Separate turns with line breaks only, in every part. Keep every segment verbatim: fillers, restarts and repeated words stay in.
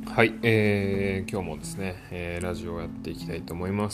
はい、えー、今日もですね、えーラジオをやっていきたいと思います。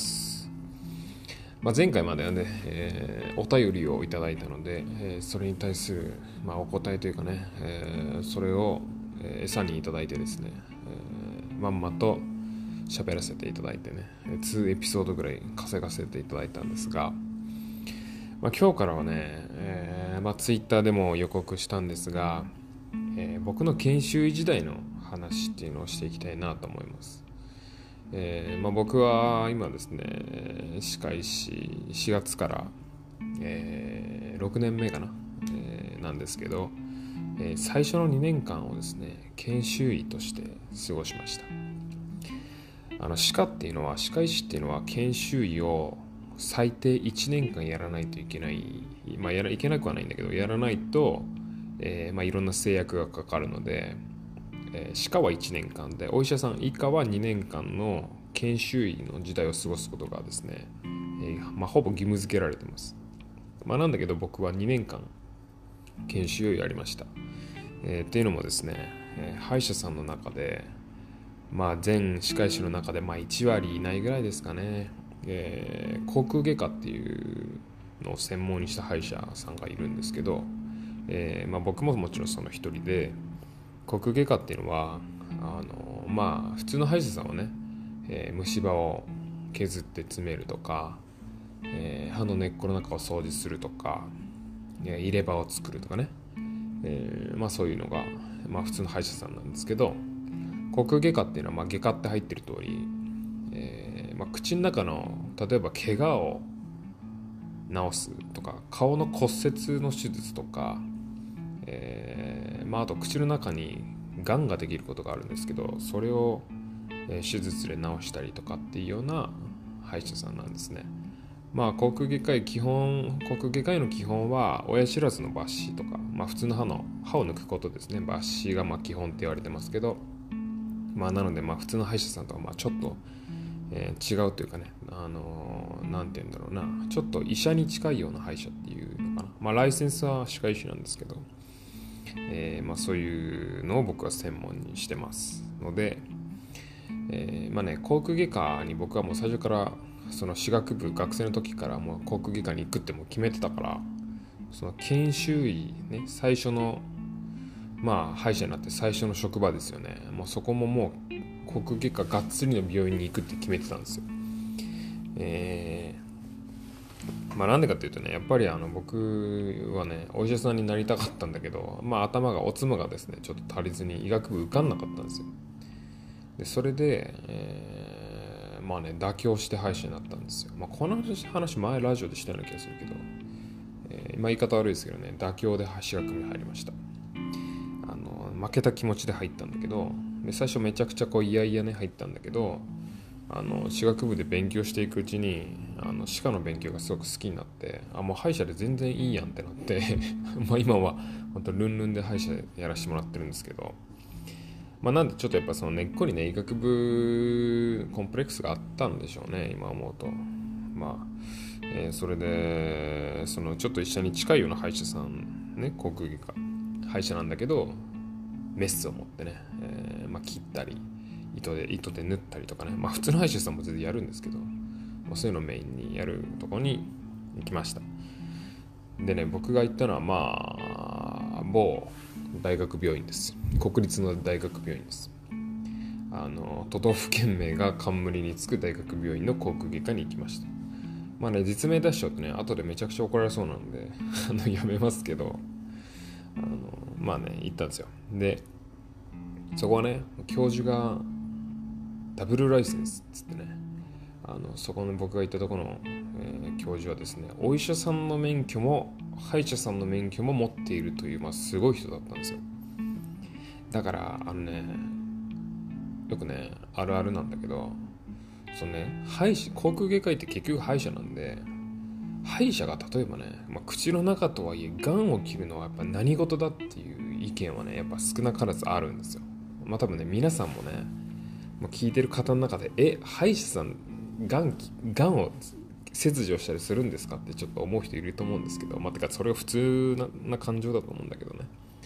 まあ、前回まではね、えーお便りをいただいたので、えーそれに対する、まあ、お答えというかね、えーそれを、えー餌にいただいてですね、えーまんまと喋らせていただいてね、にエピソードぐらい稼がせていただいたんですが、まあ、今日からはね、えーまあ、ツイッターでも予告したんですが、えー僕の研修医時代の話っていうのをしていきたいなと思います。えーまあ、僕は今ですね、歯科医師しがつから、えーろくねんめかな、えーなんですけど、えー最初のにねんかんをですね研修医として過ごしました。あの歯科っていうのは歯科医師っていうのは研修医を最低いちねんかんやらないといけない、まあ、やらいけなくはないんだけど、やらないと、えーまあ、いろんな制約がかかるので、えー歯科はいちねんかんで、お医者さん以下はにねんかんの研修医の時代を過ごすことがですね、えーまあ、ほぼ義務付けられてます。まあ、なんだけど僕はにねんかん研修医をやりました。えーっていうのもですね、えー歯医者さんの中で、まあ、全歯科医師の中でまあいち割いないぐらいですかね、えー口腔外科っていうのを専門にした歯医者さんがいるんですけど、えーまあ、僕ももちろんその一人で、口腔外科っていうのはあのまあ普通の歯医者さんはね、えー虫歯を削って詰めるとか、えー歯の根っこの中を掃除するとか、えー入れ歯を作るとかね、えーまあそういうのが、まあ、普通の歯医者さんなんですけど、口腔外科っていうのは、まあ、外科って入ってる通り、えーまあ、口の中の例えば怪我を治すとか、顔の骨折の手術とか、えーまあ、あと口の中にがんができることがあるんですけど、それを、えー手術で治したりとかっていうような歯医者さんなんですね。まあ口腔外科医基本口腔外科医の基本は親知らずの抜歯とか、まあ、普通の歯の歯を抜くことですね。抜歯がまあ基本って言われてますけど、まあ、なのでまあ普通の歯医者さんとはまあちょっと、えー違うというかね、あのーなんて言うんだろうな、ちょっと医者に近いような歯医者っていうのかな。まあライセンスは歯科医師なんですけど、えーまあ、そういうのを僕は専門にしてますので、えーまあね、航空外科に僕はもう最初から、その歯学部学生の時からもう航空外科に行くってもう決めてたから、その研修医ね、最初のまあ歯医者になって最初の職場ですよね。もうそこももう航空外科がっつりの病院に行くって決めてたんですよ。えー、まあなんでかっていうとね、やっぱりあの僕はね、お医者さんになりたかったんだけど、まあ頭がおつむがですねちょっと足りずに医学部受かんなかったんですよ。でそれで、えーまあね、妥協して歯医者になったんですよ。まあ、この話前ラジオでしたような気がするけど、えーまあ、言い方悪いですけどね、妥協で歯学部に入りました。あの負けた気持ちで入ったんだけど、で最初めちゃくちゃこういやいやね入ったんだけど、あの歯学部で勉強していくうちに、あの歯科の勉強がすごく好きになって、あもう歯医者で全然いいやんってなってまあ今は本当ルンルンで歯医者やらせてもらってるんですけど、まあ、なんでちょっとやっぱその根っこにね医学部コンプレックスがあったんでしょうね、今思うと。まあ、えーそれでそのちょっと医者に近いような歯医者さんね、口腔外科歯医者なんだけど、メスを持ってね、えーまあ、切ったり糸で糸で縫ったりとかね、まあ普通の歯医者さんも全然やるんですけど、まあ、そういうのをメインにやるとこに行きました。でね、僕が行ったのはまあ某大学病院です。国立の大学病院です。あの都道府県名が冠につく大学病院の口腔外科に行きました。まあね、実名出しちゃうとね後でめちゃくちゃ怒られそうなのであのやめますけど、あのまあね行ったんですよ。でそこはね、教授がダブルライセンスっつってね、あのそこの僕が行ったところの、えー教授はですね、お医者さんの免許も歯医者さんの免許も持っているという、まあ、すごい人だったんですよ。だからあのね、よくねあるあるなんだけど、そのね歯医者口腔外科医って結局歯医者なんで、歯医者が例えばね、まあ、口の中とはいえがんを切るのはやっぱ何事だっていう意見はねやっぱ少なからずあるんですよ。まあ多分ね皆さんもね、もう聞いてる方の中でえ歯医者さんがんがんを切除したりするんですかってちょっと思う人いると思うんですけど、まあてかそれが普通なな感情だと思うんだけどね。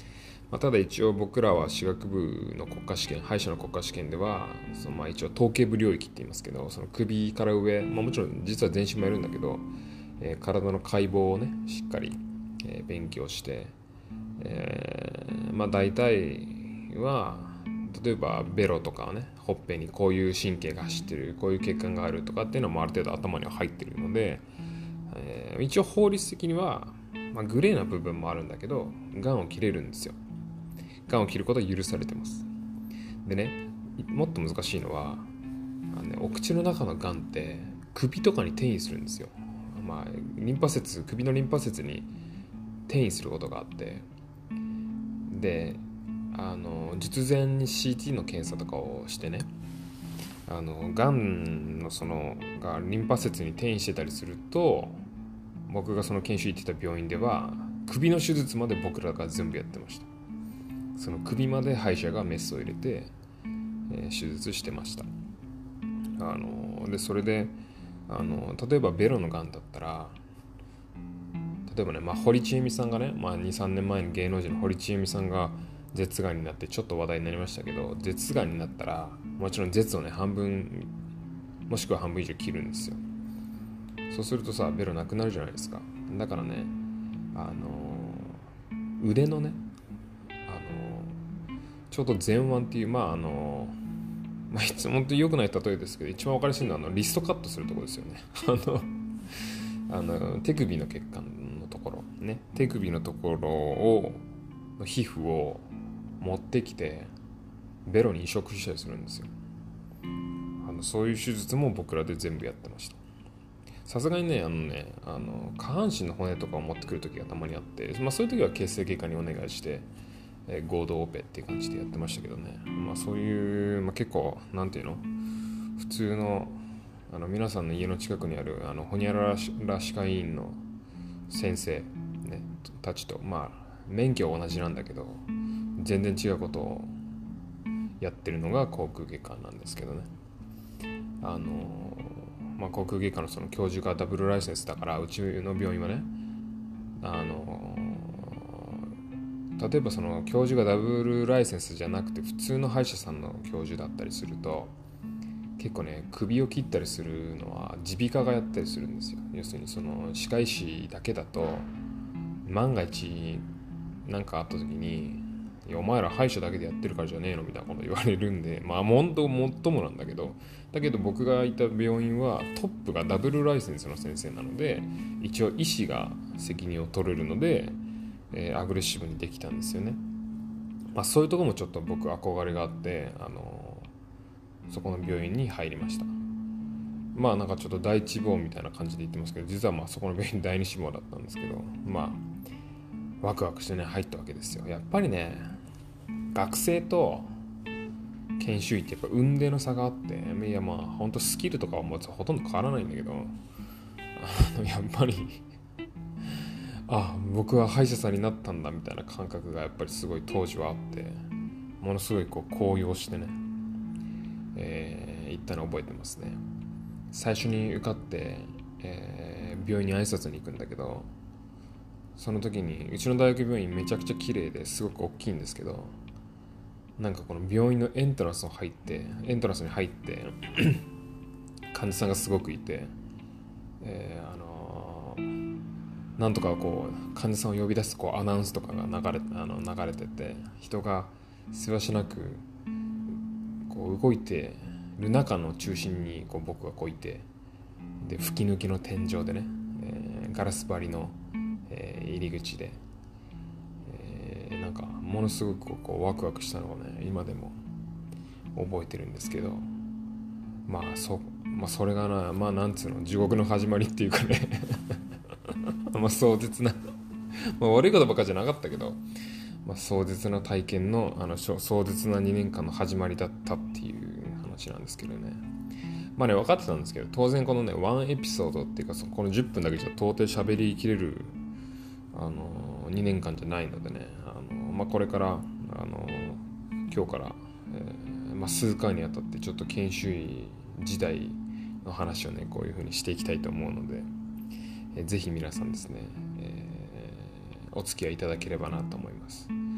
まあ、ただ一応僕らは歯学部の国家試験、歯医者の国家試験ではそのまあ一応頭頸部領域って言いますけど、その首から上、まあ、もちろん実は全身もやるんだけど、えー、体の解剖をねしっかり、えー、勉強して、えー、まあ大体は例えばベロとかね、ほっぺにこういう神経が走ってる、こういう血管があるとかっていうのもある程度頭には入ってるので、えー、一応法律的には、まあ、グレーな部分もあるんだけど、がんを切れるんですよ。がんを切ることは許されてます。でね、もっと難しいのはあの、ね、お口の中のがんって首とかに転移するんですよ。まあ、リンパ節、首のリンパ節に転移することがあって、であの術前に シーティー の検査とかをしてね、あのがんのそのがリンパ節に転移してたりすると、僕がその研修行ってた病院では首の手術まで僕らが全部やってました。その首まで歯医者がメスを入れて、えー、手術してました。あのでそれであの例えばベロのがんだったら、例えばね、まあ、堀ちえみさんがね、まあ、にさんねんまえに芸能人の堀ちえみさんが舌がんになってちょっと話題になりましたけど、舌がんになったらもちろん舌をね半分もしくは半分以上切るんですよ。そうするとさ、ベロなくなるじゃないですか。だからね、あの腕のね、あのちょうど前腕っていう、まああのまあ、いつも本当に良くない例えですけど、一番分かりやすいのはあのリストカットするところですよね。あのあの手首の血管のところね、手首のところをの皮膚を持ってきてベロに移植したりするんですよ。あのそういう手術も僕らで全部やってました。さすがにね、あのね、あの下半身の骨とかを持ってくる時がたまにあって、まあ、そういう時は形成外科にお願いして、えー、合同オペっていう感じでやってましたけどね。まあ、そういう、まあ、結構なんていうの、普通のあの皆さんの家の近くにあるあのホニャララ歯科医院の先生、ね、たちと、まあ免許は同じなんだけど全然違うことをやってるのが口腔外科なんですけどね。あのまあ、口腔外科のその教授がダブルライセンスだから、うちの病院はね、あの例えばその教授がダブルライセンスじゃなくて普通の歯医者さんの教授だったりすると、結構ね首を切ったりするのは耳鼻科がやったりするんですよ。要するにその歯科医師だけだと万が一何かあった時に、いやお前ら歯医者だけでやってるからじゃねえのみたいなこと言われるんで、まあ本当もっともなんだけど、だけど僕がいた病院はトップがダブルライセンスの先生なので、一応医師が責任を取れるので、えー、アグレッシブにできたんですよね。まあそういうところもちょっと僕憧れがあって、あのー、そこの病院に入りました。まあなんかちょっと第一志望みたいな感じで言ってますけど、実はまあそこの病院第二志望だったんですけど、まあワクワクしてね入ったわけですよ。やっぱりね、学生と研修医ってやっぱ運命の差があって、いやまあ本当スキルとかはもうほとんど変わらないんだけど、あのやっぱりあ僕は歯医者さんになったんだみたいな感覚がやっぱりすごい当時はあって、ものすごいこう高揚してね、えー、行ったのを覚えてますね。最初に受かって、えー、病院に挨拶に行くんだけど、その時にうちの大学病院めちゃくちゃ綺麗ですごく大きいんですけど、なんかこの病院のエントランスを入ってエントランスに入って患者さんがすごくいて、えー、あのー、なんとかこう患者さんを呼び出すこうアナウンスとかが流れ、あの流れてて、人がせわしなくこう動いてる中の中心にこう僕がこういて、で吹き抜きの天井でね、えー、ガラス張りの、えー、入り口で、えー、なんかものすごくこうワクワクしたのをね今でも覚えてるんですけど、まあそ、まあ、それがな、まあなんつうの、地獄の始まりっていうかねまあ壮絶なまあ悪いことばっかじゃなかったけど、まあ、壮絶な体験の、あの壮絶なにねんかんの始まりだったっていう話なんですけどね。まあね分かってたんですけど、当然このねワンエピソードっていうか、このじゅっぷんだけじゃ到底喋りきれるあのにねんかんじゃないのでね、あの、まあ、これからあの今日から、えーまあ、数回にあたってちょっと研修医時代の話をねこういう風にしていきたいと思うので、ぜひ皆さんですね、えー、お付き合いいただければなと思います。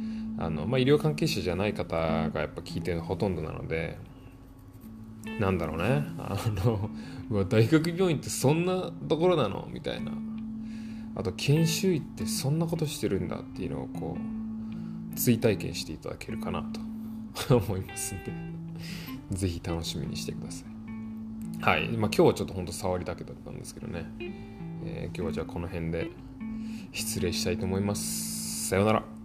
あの、まあ、医療関係者じゃない方がやっぱ聞いてるのほとんどなので、なんだろうね、あのうわ大学病院ってそんなところなのみたいな、あと研修医ってそんなことしてるんだっていうのをこう追体験していただけるかなと思いますんでぜひ楽しみにしてください。はい、まあ、今日はちょっとほんと触りだけだったんですけどね、えー、今日はじゃあこの辺で失礼したいと思います。さようなら。